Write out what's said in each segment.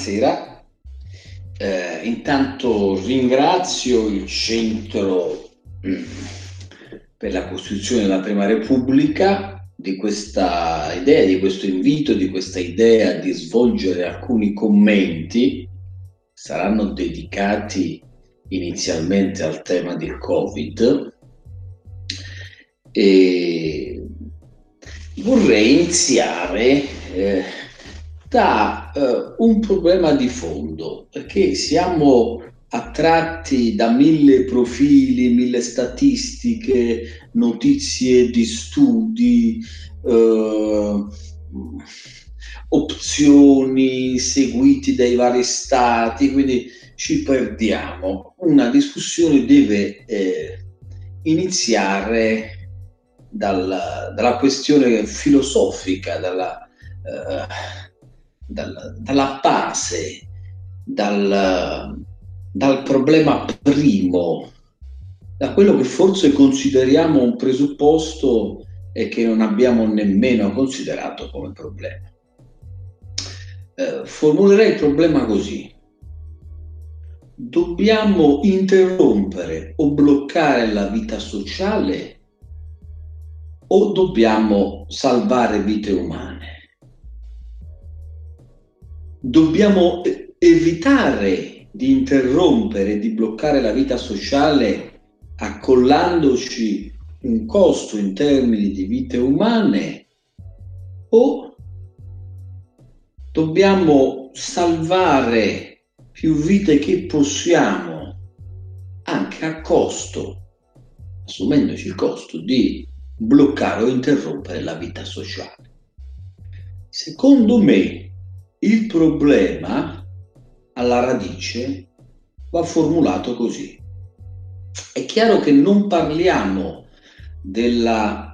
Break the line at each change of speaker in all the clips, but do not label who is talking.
buonasera. Intanto ringrazio il Centro per la Costituzione della Prima Repubblica di questa idea, di questo invito, di questa idea di svolgere alcuni commenti. Saranno dedicati inizialmente al tema del Covid e vorrei iniziare da un problema di fondo, perché siamo attratti da mille profili, mille statistiche, notizie di studi, opzioni seguiti dai vari stati, quindi ci perdiamo. Una discussione deve iniziare dalla questione filosofica, dalla base, dal problema primo, da quello che forse consideriamo un presupposto e che non abbiamo nemmeno considerato come problema. Formulerei il problema così: dobbiamo interrompere o bloccare la vita sociale o dobbiamo salvare vite umane? Dobbiamo evitare di interrompere, di bloccare la vita sociale accollandoci un costo in termini di vite umane, o dobbiamo salvare più vite che possiamo, anche a costo, assumendoci il costo di bloccare o interrompere la vita sociale? Secondo me il problema alla radice va formulato così. È chiaro che non parliamo della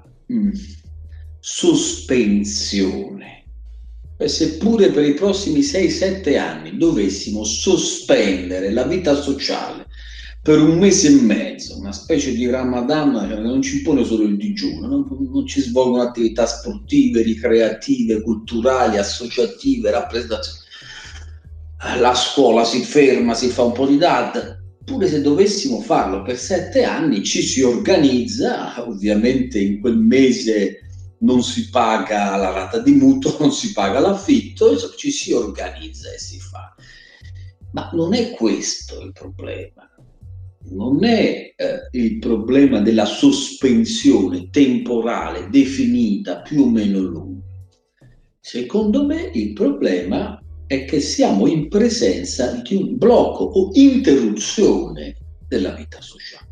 sospensione. Seppure per i prossimi 6-7 anni dovessimo sospendere la vita sociale per un mese e mezzo, una specie di Ramadan che non ci impone solo il digiuno, non ci svolgono attività sportive, ricreative, culturali, associative, rappresentazioni, la scuola si ferma, si fa un po' di DAD. Pure se dovessimo farlo per 7 anni, ci si organizza. Ovviamente in quel mese non si paga la rata di mutuo, non si paga l'affitto, insomma, ci si organizza e si fa. Ma non è questo il problema. Non è il problema della sospensione temporale definita più o meno lunga. Secondo me il problema è che siamo in presenza di un blocco o interruzione della vita sociale.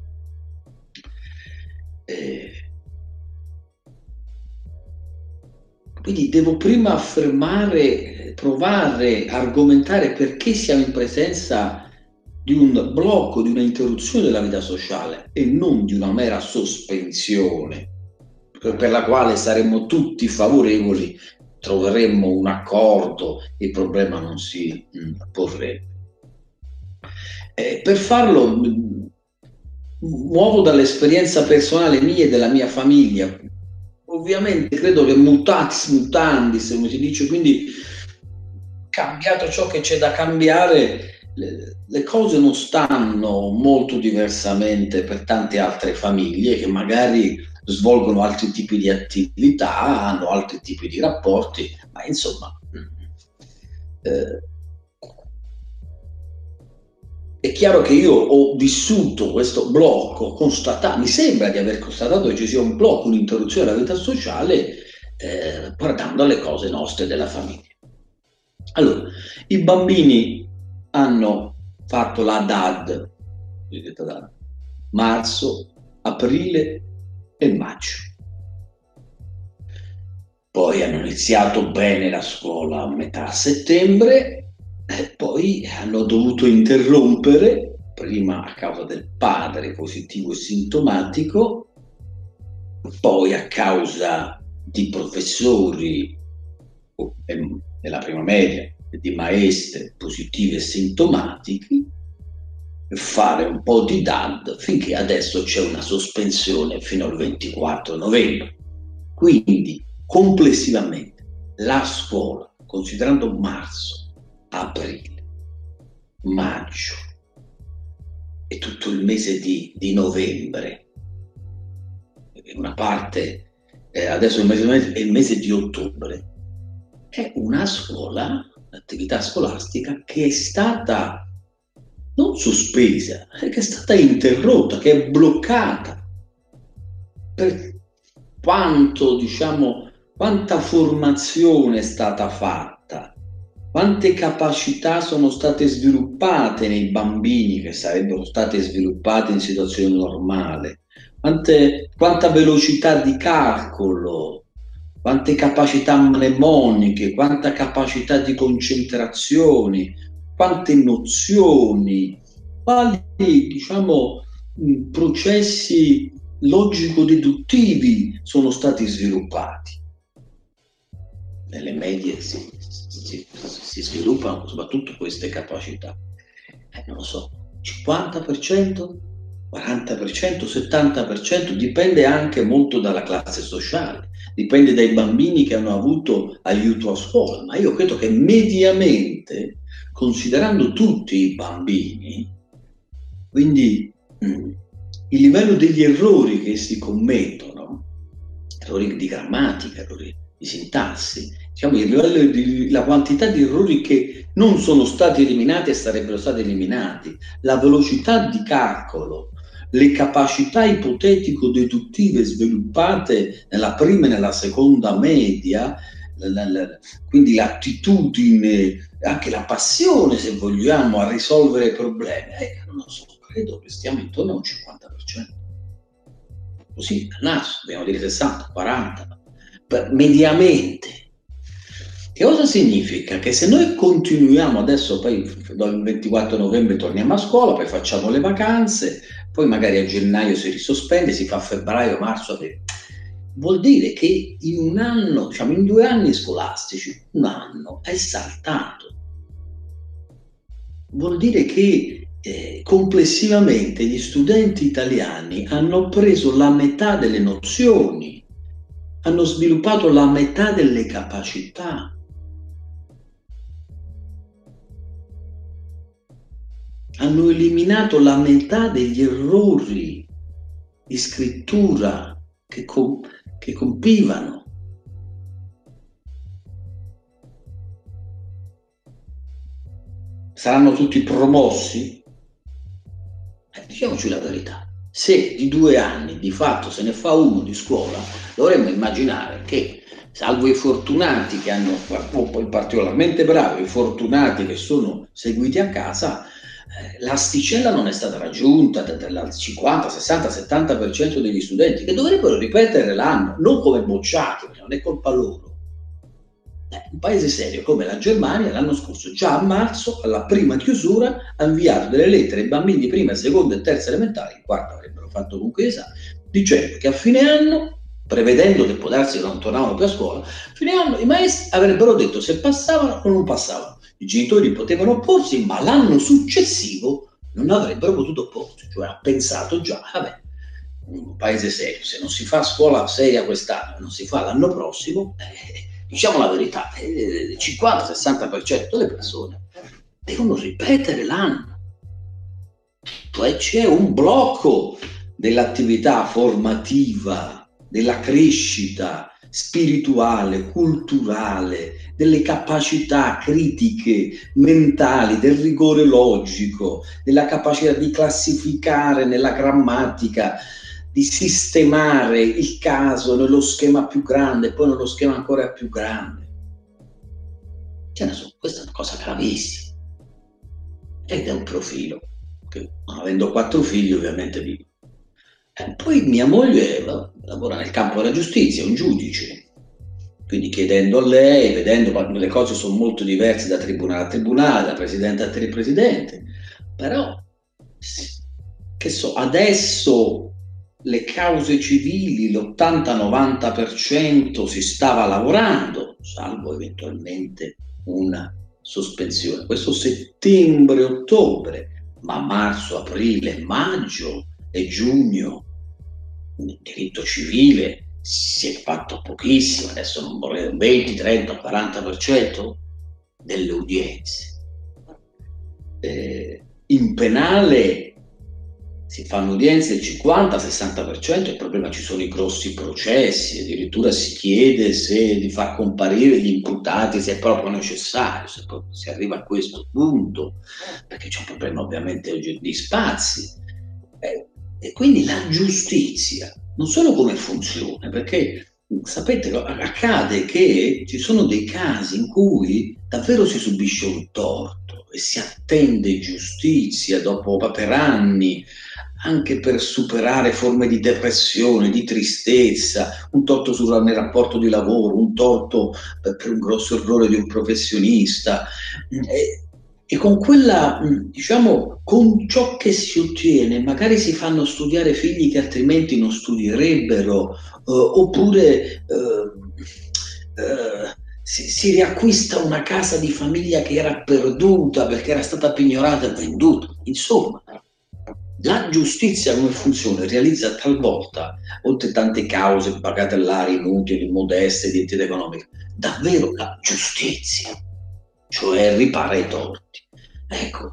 Quindi devo prima affermare, provare, argomentare perché siamo in presenza di un blocco, di una interruzione della vita sociale e non di una mera sospensione per la quale saremmo tutti favorevoli, troveremmo un accordo e il problema non si porrebbe. Per farlo muovo dall'esperienza personale mia e della mia famiglia. Ovviamente credo che mutatis mutandis, come si dice, quindi cambiato ciò che c'è da cambiare, le cose non stanno molto diversamente per tante altre famiglie che magari svolgono altri tipi di attività, hanno altri tipi di rapporti, ma insomma è chiaro che io ho vissuto questo blocco, mi sembra di aver constatato che ci sia un blocco, un'interruzione della vita sociale, guardando alle cose nostre della famiglia. Allora, i bambini hanno fatto la DAD, marzo, aprile e maggio. Poi hanno iniziato bene la scuola a metà settembre, poi hanno dovuto interrompere, prima a causa del padre positivo e sintomatico, poi a causa di professori nella prima media e di maestre positive e sintomatiche, fare un po' di DAD finché adesso c'è una sospensione fino al 24 novembre. Quindi complessivamente la scuola, considerando marzo, aprile, maggio e tutto il mese di novembre, una parte, adesso è il mese di ottobre, è una scuola, l'attività scolastica che è stata non sospesa, che è stata interrotta, che è bloccata per quanto, diciamo, quanta formazione è stata fatta, quante capacità sono state sviluppate nei bambini che sarebbero state sviluppate in situazione normale, quanta velocità di calcolo, quante capacità mnemoniche, quanta capacità di concentrazione, quante nozioni, quali, diciamo, processi logico-deduttivi sono stati sviluppati. Nelle medie si sviluppano soprattutto queste capacità. Non lo so, 50%, 40%, 70%, dipende anche molto dalla classe sociale, dipende dai bambini che hanno avuto aiuto a scuola, ma io credo che mediamente, considerando tutti i bambini, quindi il livello degli errori che si commettono, errori di grammatica, errori di sintassi, diciamo, la quantità di errori che non sono stati eliminati e sarebbero stati eliminati, la velocità di calcolo, le capacità ipotetico-deduttive sviluppate nella prima e nella seconda media, quindi l'attitudine, anche la passione, se vogliamo, a risolvere problemi, non lo so, credo che stiamo intorno a un 50%. Così, al naso, dobbiamo dire 60, 40, mediamente. Che cosa significa? Che se noi continuiamo adesso, poi il 24 novembre torniamo a scuola, poi facciamo le vacanze, poi magari a gennaio si risospende, si fa febbraio, marzo, aprile. Vuol dire che in un anno, diciamo in 2 anni scolastici, un anno è saltato. Vuol dire che complessivamente gli studenti italiani hanno preso la metà delle nozioni, hanno sviluppato la metà delle capacità. Hanno eliminato la metà degli errori di scrittura che compivano. Saranno tutti promossi? Diciamoci la verità. Se di 2 anni di fatto se ne fa uno di scuola, dovremmo immaginare che, salvo i fortunati che hanno, poi particolarmente bravi, i fortunati che sono seguiti a casa, l'asticella non è stata raggiunta dal 50, 60, 70% degli studenti che dovrebbero ripetere l'anno, non come bocciati, perché non è colpa loro. Un paese serio come la Germania l'anno scorso, già a marzo, alla prima chiusura, ha inviato delle lettere ai bambini di prima, seconda e terza elementari, in quarta avrebbero fatto comunque gli esami, dicendo che a fine anno, prevedendo che può darsi che non tornavano più a scuola, a fine anno i maestri avrebbero detto se passavano o non passavano. I genitori potevano opporsi, ma l'anno successivo non avrebbero potuto opporsi, cioè ha pensato già, vabbè, un paese serio, se non si fa scuola seria quest'anno, non si fa l'anno prossimo, diciamo la verità, il 50-60% delle persone devono ripetere l'anno. Cioè c'è un blocco dell'attività formativa, della crescita spirituale, culturale, delle capacità critiche, mentali, del rigore logico, della capacità di classificare nella grammatica, di sistemare il caso nello schema più grande, poi nello schema ancora più grande. Questa è una cosa gravissima. Ed è un profilo che, avendo 4 figli, ovviamente vivo. Poi mia moglie lavora nel campo della giustizia, è un giudice, quindi chiedendo a lei, vedendo quando le cose sono molto diverse da tribunale a tribunale, da presidente a presidente, però che so, adesso le cause civili, l'80-90% si stava lavorando, salvo eventualmente una sospensione. Questo settembre-ottobre, ma marzo, aprile, maggio e giugno, nel diritto civile si è fatto pochissimo, adesso non vorrei 20, 30, 40% delle udienze. In penale si fanno udienze del 50-60%, il problema ci sono i grossi processi, addirittura si chiede se di far comparire gli imputati se è proprio necessario, se proprio si arriva a questo punto, perché c'è un problema ovviamente di spazi. E quindi la giustizia non solo come funziona, perché sapete, accade che ci sono dei casi in cui davvero si subisce un torto e si attende giustizia dopo per anni, anche per superare forme di depressione, di tristezza, un torto nel rapporto di lavoro, un torto per un grosso errore di un professionista. E con quella, diciamo, con ciò che si ottiene, magari si fanno studiare figli che altrimenti non studierebbero, oppure si riacquista una casa di famiglia che era perduta perché era stata pignorata e venduta. Insomma, la giustizia come funzione realizza talvolta, oltre tante cause bagatellari, inutili, modeste, di entità economica, davvero la giustizia, cioè ripara i torti. Ecco,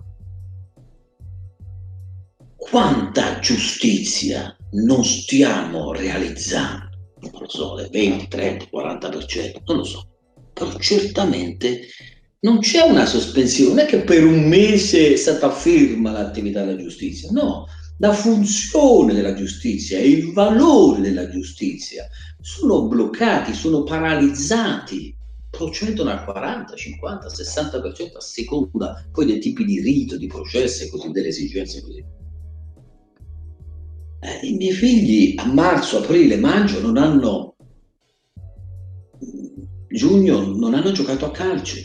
quanta giustizia non stiamo realizzando? Non lo so, del 20, 30, 40%, non lo so. Però certamente non c'è una sospensione, non è che per un mese è stata ferma l'attività della giustizia, no, la funzione della giustizia e il valore della giustizia sono bloccati, sono paralizzati, procedono al 40, 50, 60% a seconda poi dei tipi di rito, di processo e così, delle esigenze così. I miei figli a marzo, aprile, maggio non hanno, giugno non hanno giocato a calcio,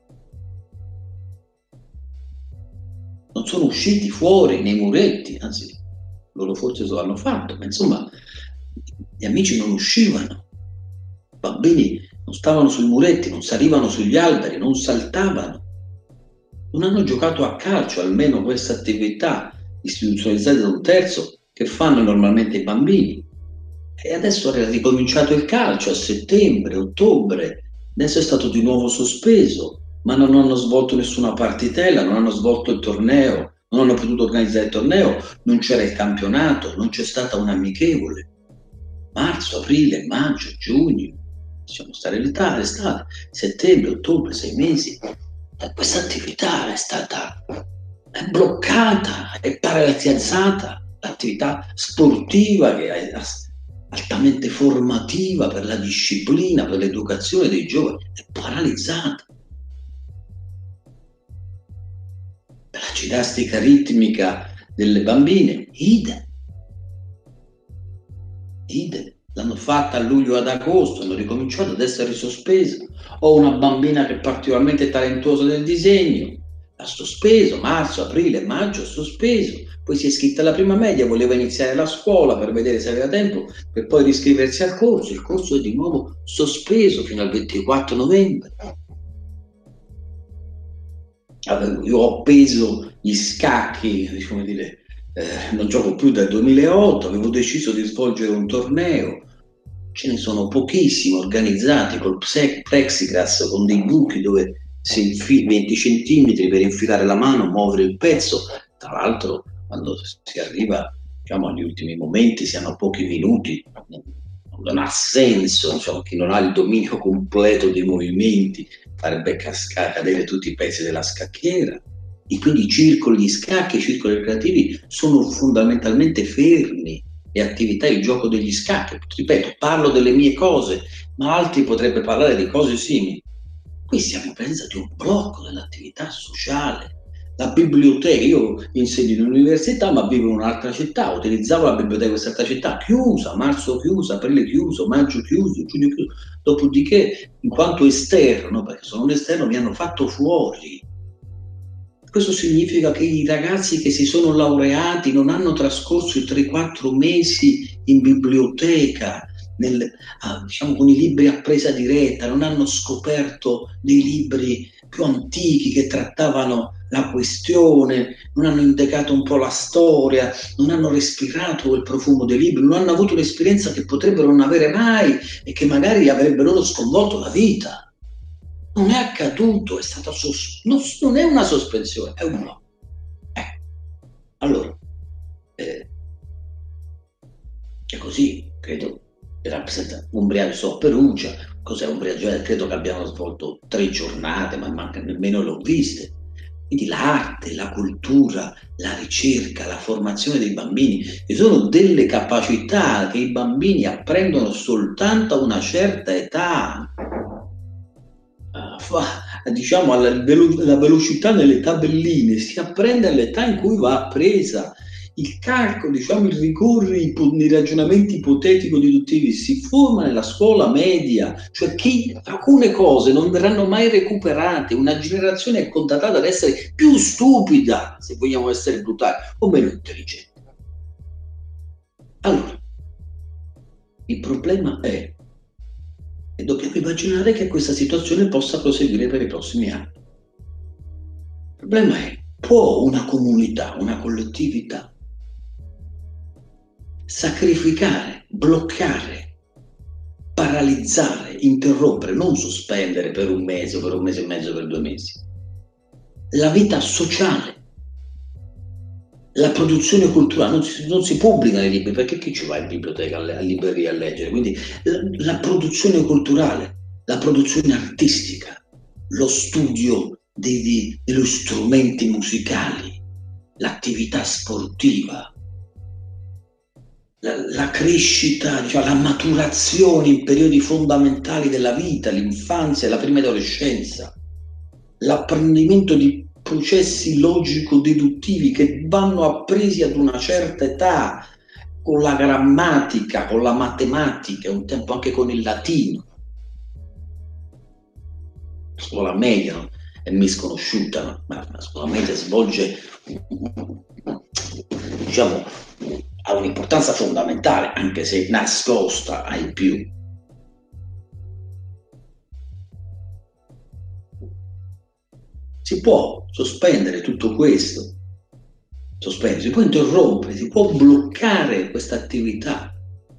non sono usciti fuori nei muretti, anzi loro forse lo hanno fatto, ma insomma gli amici non uscivano, i bambini non stavano sui muretti, non salivano sugli alberi, non saltavano, non hanno giocato a calcio, almeno questa attività istituzionalizzata da un terzo che fanno normalmente i bambini. E adesso è ricominciato il calcio a settembre, ottobre, adesso è stato di nuovo sospeso, ma non hanno svolto nessuna partitella, non hanno svolto il torneo, non hanno potuto organizzare il torneo, non c'era il campionato, non c'è stata un'amichevole. Marzo, aprile, maggio, giugno, lasciamo stare l'estate, settembre, ottobre, 6 mesi. E questa attività è bloccata, è paralizzata, l'attività sportiva che è altamente formativa per la disciplina, per l'educazione dei giovani, è paralizzata. Per la ginnastica ritmica delle bambine, idem. L'hanno fatta a luglio ad agosto, hanno ricominciato ad essere sospesa. Ho una bambina che è particolarmente talentuosa nel disegno, ha sospeso, marzo, aprile, maggio, ha sospeso, poi si è iscritta alla prima media, voleva iniziare la scuola per vedere se aveva tempo, per poi riscriversi al corso, il corso è di nuovo sospeso fino al 24 novembre. Io ho appeso gli scacchi, come dire, non gioco più dal 2008, avevo deciso di svolgere un torneo, ce ne sono pochissimi organizzati col plexiglass con dei buchi dove si 20 centimetri per infilare la mano, muovere il pezzo. Tra l'altro, quando si arriva, diciamo, agli ultimi momenti, si hanno pochi minuti, non ha senso, diciamo, chi non ha il dominio completo dei movimenti farebbe cadere tutti i pezzi della scacchiera. E quindi i circoli di scacchi, i circoli recreativi sono fondamentalmente fermi e attività, il gioco degli scacchi. Ripeto, parlo delle mie cose, ma altri potrebbero parlare di cose simili. Qui siamo in presenza di un blocco dell'attività sociale. La biblioteca, io insegno in università, ma vivo in un'altra città, utilizzavo la biblioteca di quest'altra città, chiusa, marzo chiusa, aprile chiuso, maggio chiuso, giugno chiuso. Dopodiché, in quanto esterno, perché sono un esterno, mi hanno fatto fuori. Questo significa che i ragazzi che si sono laureati non hanno trascorso i 3-4 mesi in biblioteca, diciamo, con i libri a presa diretta, non hanno scoperto dei libri più antichi che trattavano la questione, non hanno indicato un po' la storia, non hanno respirato quel profumo dei libri, non hanno avuto un'esperienza che potrebbero non avere mai e che magari avrebbe loro sconvolto la vita. Non è accaduto, è stata non è una sospensione, è un no. così, credo, rappresenta Umbria, so, Perugia, cos'è Umbria? Credo che abbiamo svolto 3 giornate, ma manca nemmeno le ho viste. Quindi l'arte, la cultura, la ricerca, la formazione dei bambini, ci sono delle capacità che i bambini apprendono soltanto a una certa età. Diciamo la velocità nelle tabelline si apprende all'età in cui va appresa. Il calcolo, diciamo, il ricorrere nei ragionamenti ipotetico-deduttivi si forma nella scuola media, cioè che alcune cose non verranno mai recuperate. Una generazione è contatata ad essere più stupida, se vogliamo essere brutali, o meno intelligente. Allora, il problema è e dobbiamo immaginare che questa situazione possa proseguire per i prossimi anni. Il problema è, può una comunità, una collettività sacrificare, bloccare, paralizzare, interrompere, non sospendere per un mese o per un mese e mezzo, per 2 mesi, la vita sociale, la produzione culturale? Non si pubblicano i libri, perché chi ci va in biblioteca, a libreria a leggere? Quindi la produzione culturale, la produzione artistica, lo studio degli strumenti musicali, l'attività sportiva, la crescita, diciamo, la maturazione in periodi fondamentali della vita, l'infanzia e la prima adolescenza, l'apprendimento di processi logico-deduttivi che vanno appresi ad una certa età, con la grammatica, con la matematica, un tempo anche con il latino. La scuola media, no? È misconosciuta, ma la scuola media svolge, diciamo, ha un'importanza fondamentale, anche se nascosta ai più. Si può sospendere tutto questo, si può interrompere, si può bloccare questa attività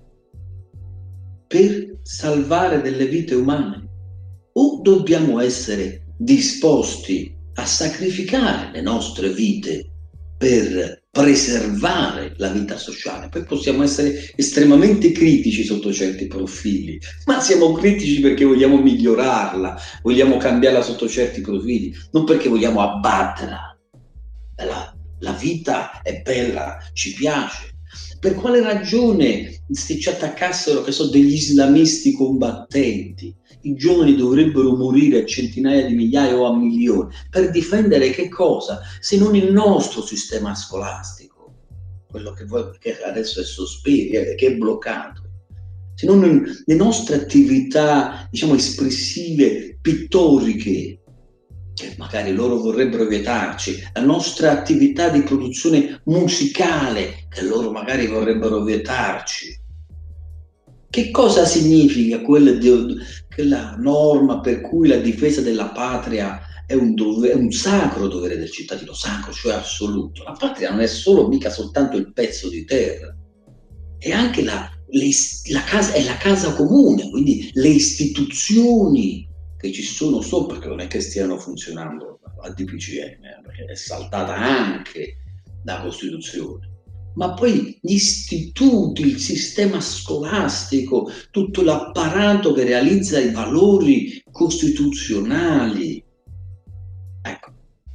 per salvare delle vite umane, o dobbiamo essere disposti a sacrificare le nostre vite per preservare la vita sociale? Poi possiamo essere estremamente critici sotto certi profili, ma siamo critici perché vogliamo migliorarla, vogliamo cambiarla sotto certi profili, non perché vogliamo abbatterla. La vita è bella, ci piace. Per quale ragione, se ci attaccassero, che so, degli islamisti combattenti, i giovani dovrebbero morire a centinaia di migliaia o a milioni per difendere che cosa? Se non il nostro sistema scolastico, quello che adesso è sospeso, che è bloccato, se non le nostre attività, diciamo, espressive, pittoriche, che magari loro vorrebbero vietarci, la nostra attività di produzione musicale, che loro magari vorrebbero vietarci. Che cosa significa quella norma per cui la difesa della patria è un sacro dovere del cittadino, sacro, cioè assoluto? La patria non è solo, mica soltanto il pezzo di terra, è anche la casa, è la casa comune, quindi le istituzioni che ci sono sopra, perché non è che stiano funzionando a DPCM, perché è saltata anche la Costituzione, ma poi gli istituti, il sistema scolastico, tutto l'apparato che realizza i valori costituzionali. Ecco,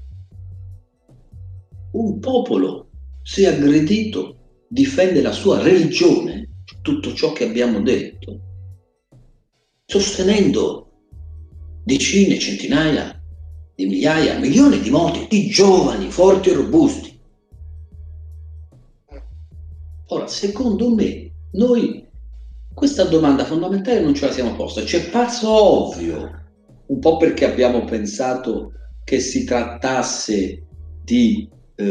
un popolo, se aggredito, difende la sua religione, tutto ciò che abbiamo detto, sostenendo decine, centinaia di migliaia, milioni di morti, di giovani, forti e robusti. Ora, secondo me, noi questa domanda fondamentale non ce la siamo posta. Ci è parso ovvio, un po' perché abbiamo pensato che si trattasse di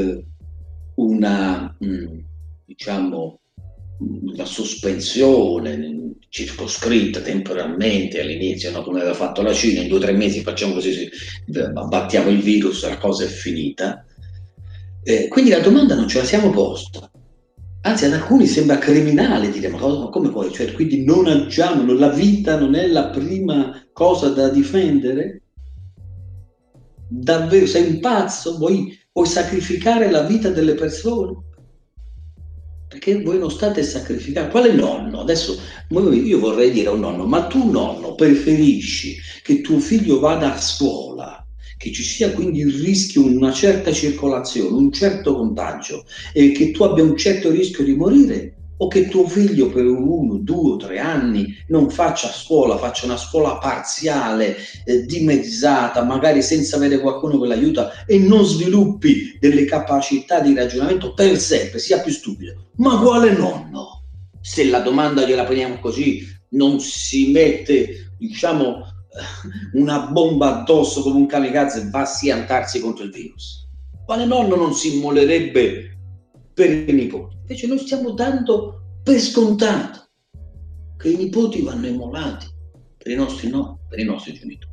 diciamo, una sospensione circoscritta temporalmente all'inizio, no? Come aveva fatto la Cina, in 2 o 3 mesi facciamo così, abbattiamo il virus, la cosa è finita. Quindi la domanda non ce la siamo posta. Anzi, ad alcuni sembra criminale dire, ma come puoi? Cioè, quindi non agiamo, la vita non è la prima cosa da difendere? Davvero, sei un pazzo? Vuoi sacrificare la vita delle persone Perché voi non state sacrificando. Quale nonno? Adesso io vorrei dire a un nonno, ma tu nonno preferisci che tuo figlio vada a scuola, che ci sia quindi il rischio, una certa circolazione, un certo contagio e che tu abbia un certo rischio di morire? O che tuo figlio per 1, 2 o 3 anni non faccia scuola, faccia una scuola parziale, dimezzata, magari senza avere qualcuno che l'aiuta e non sviluppi delle capacità di ragionamento per sempre, sia più stupido. Ma quale nonno? Se la domanda gliela poniamo così, non si mette, diciamo, una bomba addosso come un kamikaze e va a schiantarsi contro il virus. Quale nonno non si immolerebbe per i nipoti? Invece noi stiamo dando per scontato che i nipoti vanno immolati per i nostri nonni, per i nostri genitori.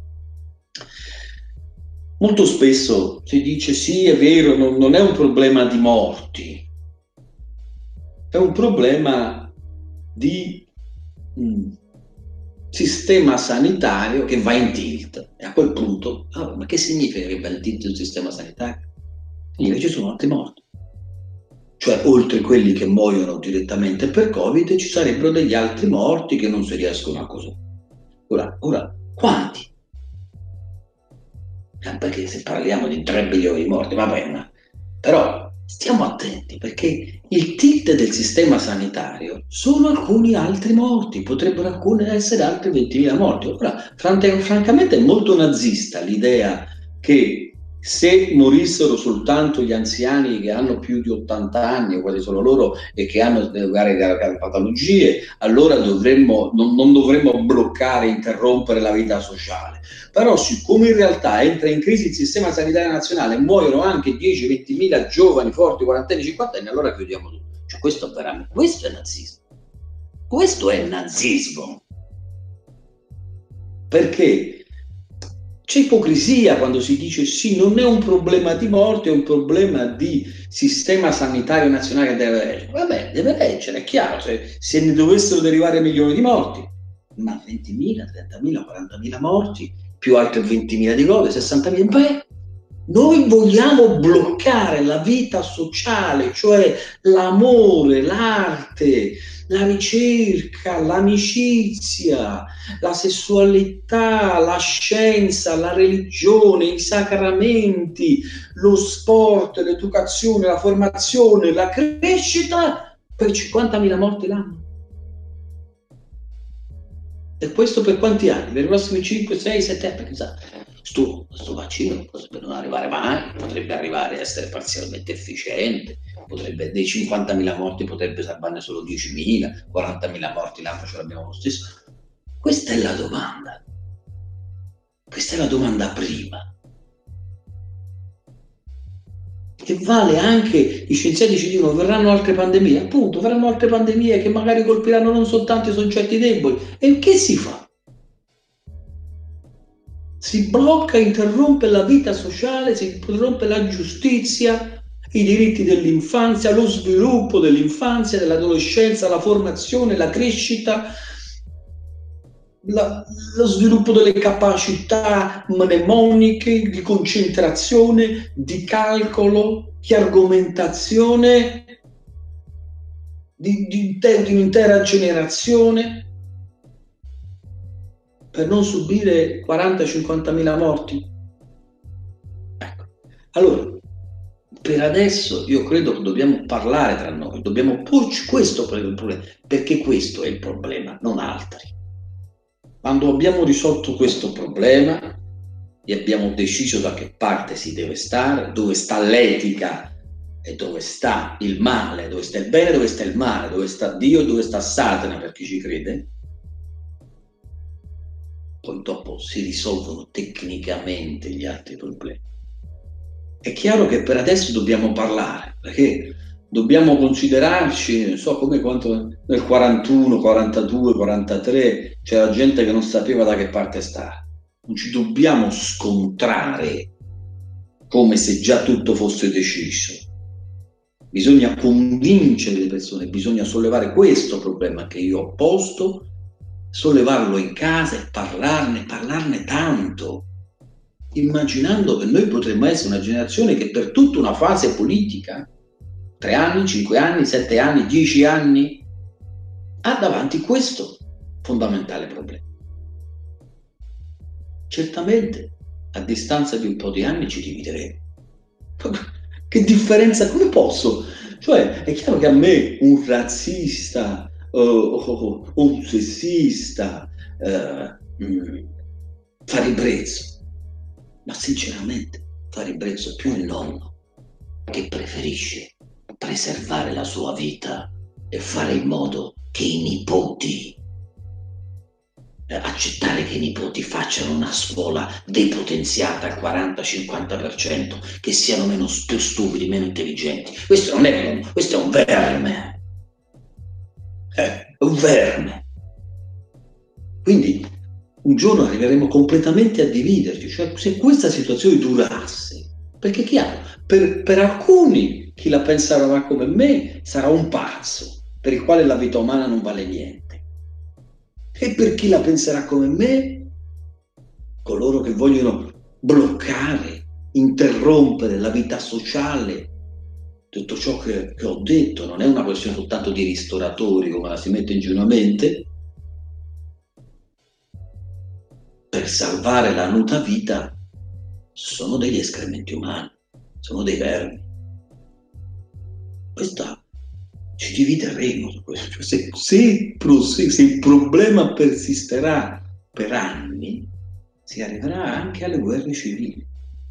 Molto spesso si dice sì, è vero, non è un problema di morti, è un problema di sistema sanitario che va in tilt. E a quel punto, ma che significa che va in tilt il sistema sanitario? Significa che ci sono altri morti. Cioè, oltre quelli che muoiono direttamente per Covid, ci sarebbero degli altri morti che non si riescono a così. Ora, quanti? Perché se parliamo di 3 milioni di morti, va bene, però stiamo attenti perché il tilt del sistema sanitario sono alcuni altri morti, potrebbero essere altri 20.000 morti. Ora, francamente è molto nazista l'idea che se morissero soltanto gli anziani che hanno più di 80 anni, o quasi solo loro, e che hanno delle patologie, allora non dovremmo bloccare, interrompere la vita sociale. Però siccome in realtà entra in crisi il sistema sanitario nazionale e muoiono anche 10-20 mila giovani forti, 40 anni, 50 anni, allora chiudiamo tutto. Cioè, questo è nazismo. Questo è nazismo. Perché c'è ipocrisia quando si dice sì, non è un problema di morte, è un problema di sistema sanitario nazionale che deve reggere. Vabbè, deve reggere, è chiaro, se ne dovessero derivare milioni di morti, ma 20.000, 30.000, 40.000 morti, più altri 20.000 di Covid, 60.000, beh, noi vogliamo bloccare la vita sociale, cioè l'amore, l'arte, la ricerca, l'amicizia, la sessualità, la scienza, la religione, i sacramenti, lo sport, l'educazione, la formazione, la crescita per 50.000 morti l'anno. E questo per quanti anni? Per i prossimi 5, 6, 7 anni? Perché sto vaccino potrebbe non arrivare mai, potrebbe arrivare a essere parzialmente efficiente, dei 50.000 morti potrebbe salvarne solo 10.000, 40.000 morti l'anno ce l'abbiamo lo stesso. Questa è la domanda. Questa è la domanda prima. Che vale anche, gli scienziati ci dicono verranno altre pandemie, appunto, verranno altre pandemie che magari colpiranno non soltanto i soggetti deboli. E che si fa? Si blocca, interrompe la vita sociale, si interrompe la giustizia, i diritti dell'infanzia, lo sviluppo dell'infanzia, dell'adolescenza, la formazione, la crescita, lo sviluppo delle capacità mnemoniche, di concentrazione, di calcolo, di argomentazione, di un'intera generazione, per non subire 40-50 mila morti. Ecco. Allora, per adesso io credo che dobbiamo parlare tra noi, dobbiamo porci questo problema, perché questo è il problema, non altri. Quando abbiamo risolto questo problema e abbiamo deciso da che parte si deve stare, dove sta l'etica e dove sta il male, dove sta il bene, dove sta il male, dove sta Dio e dove sta Satana per chi ci crede, poi dopo si risolvono tecnicamente gli altri problemi. È chiaro che per adesso dobbiamo parlare, perché dobbiamo considerarci, non so, come quando nel 41, 42, 43 c'era gente che non sapeva da che parte stare. Non ci dobbiamo scontrare come se già tutto fosse deciso. Bisogna convincere le persone, bisogna sollevare questo problema che io ho posto, sollevarlo in casa e parlarne tanto, immaginando che noi potremmo essere una generazione che per tutta una fase politica 3 anni, 5 anni, 7 anni, 10 anni, ha davanti questo fondamentale problema. Certamente a distanza di un po' di anni ci divideremo. Che differenza, come posso? Cioè, è chiaro che a me un razzista o un sessista fa ribrezzo, ma sinceramente fa ribrezzo più il nonno che preferisce preservare la sua vita e fare in modo che i nipoti accettare che i nipoti facciano una scuola depotenziata al 40-50%, che siano più stupidi, meno intelligenti. Questo non è uno, questo è un verme. Un verme. Quindi un giorno arriveremo completamente a dividerci, cioè se questa situazione durasse, perché chiaro, per alcuni chi la penserà come me sarà un pazzo, per il quale la vita umana non vale niente. E per chi la penserà come me, coloro che vogliono bloccare, interrompere la vita sociale, tutto ciò che ho detto, non è una questione soltanto di ristoratori, come la si mette ingenuamente, per salvare la nuda vita, sono degli escrementi umani, sono dei vermi. Questa ci divideremo su questo. Cioè, se il problema persisterà per anni, si arriverà anche alle guerre civili.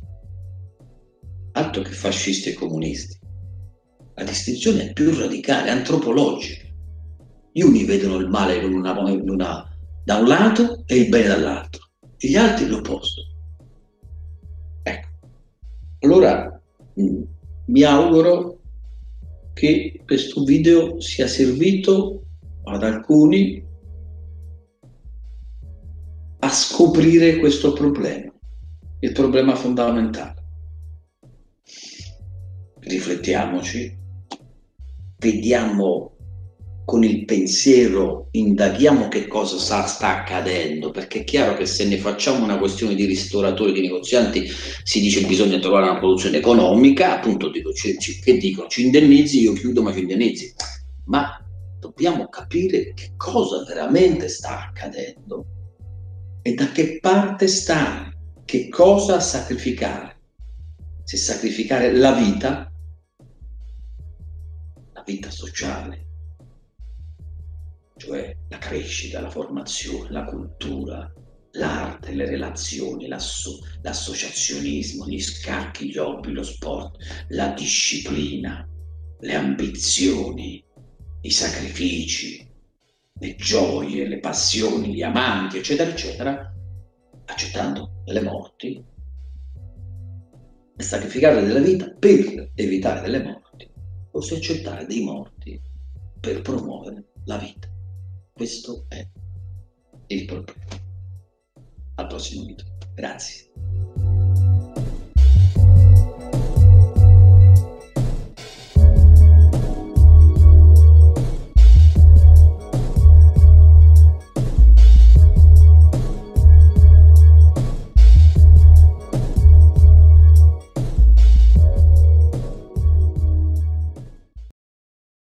Altro che fascisti e comunisti. La distinzione è più radicale, antropologica. Gli uni vedono il male da un lato e il bene dall'altro, e gli altri l'opposto. Ecco, allora mi auguro che questo video sia servito ad alcuni a scoprire questo problema, il problema fondamentale. Riflettiamoci, vediamo con il pensiero, indaghiamo che cosa sta accadendo, perché è chiaro che se ne facciamo una questione di ristoratori, di negozianti, si dice che bisogna trovare una produzione economica, appunto che dicono ci indennizi, io chiudo ma ci indennizi, ma dobbiamo capire che cosa veramente sta accadendo e da che parte stare, che cosa sacrificare. Se sacrificare la vita sociale, cioè la crescita, la formazione, la cultura, l'arte, le relazioni, l'associazionismo, gli scacchi, gli hobby, lo sport, la disciplina, le ambizioni, i sacrifici, le gioie, le passioni, gli amanti, eccetera, eccetera, accettando delle morti e sacrificare della vita per evitare delle morti, o se accettare dei morti per promuovere la vita. Questo è il problema. Al prossimo video. Grazie.